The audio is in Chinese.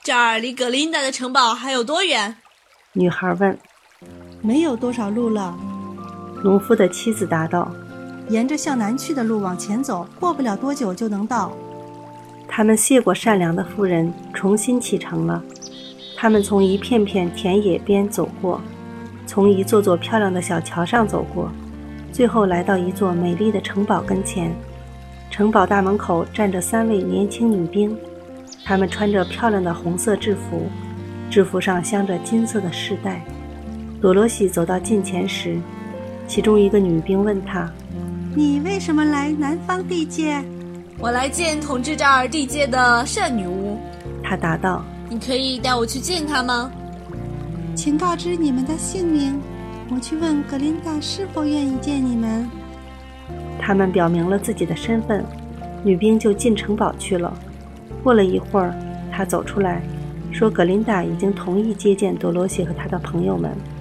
这儿离格琳达的城堡还有多远？ 女孩问。 没有多少路了， 农夫的妻子答道。 沿着向南去的路往前走，过不了多久就能到。 他们谢过善良的妇人，重新启程了。他们从一片片田野边走过，从一座座漂亮的小桥上走过，最后来到一座美丽的城堡跟前。城堡大门口站着3位年轻女兵，她们穿着漂亮的红色制服，制服上镶着金色的饰带。多罗西走到近前时，其中一个女兵问她： 你为什么来南方地界？ 我来见统治这儿地界的圣女巫。 她答道。 你可以带我去见她吗？ 请告知你们的姓名，我去问格琳达是否愿意见你们。 他们表明了自己的身份，女兵就进城堡去了。过了一会儿，她走出来，说格琳达已经同意接见多罗西和他的朋友们。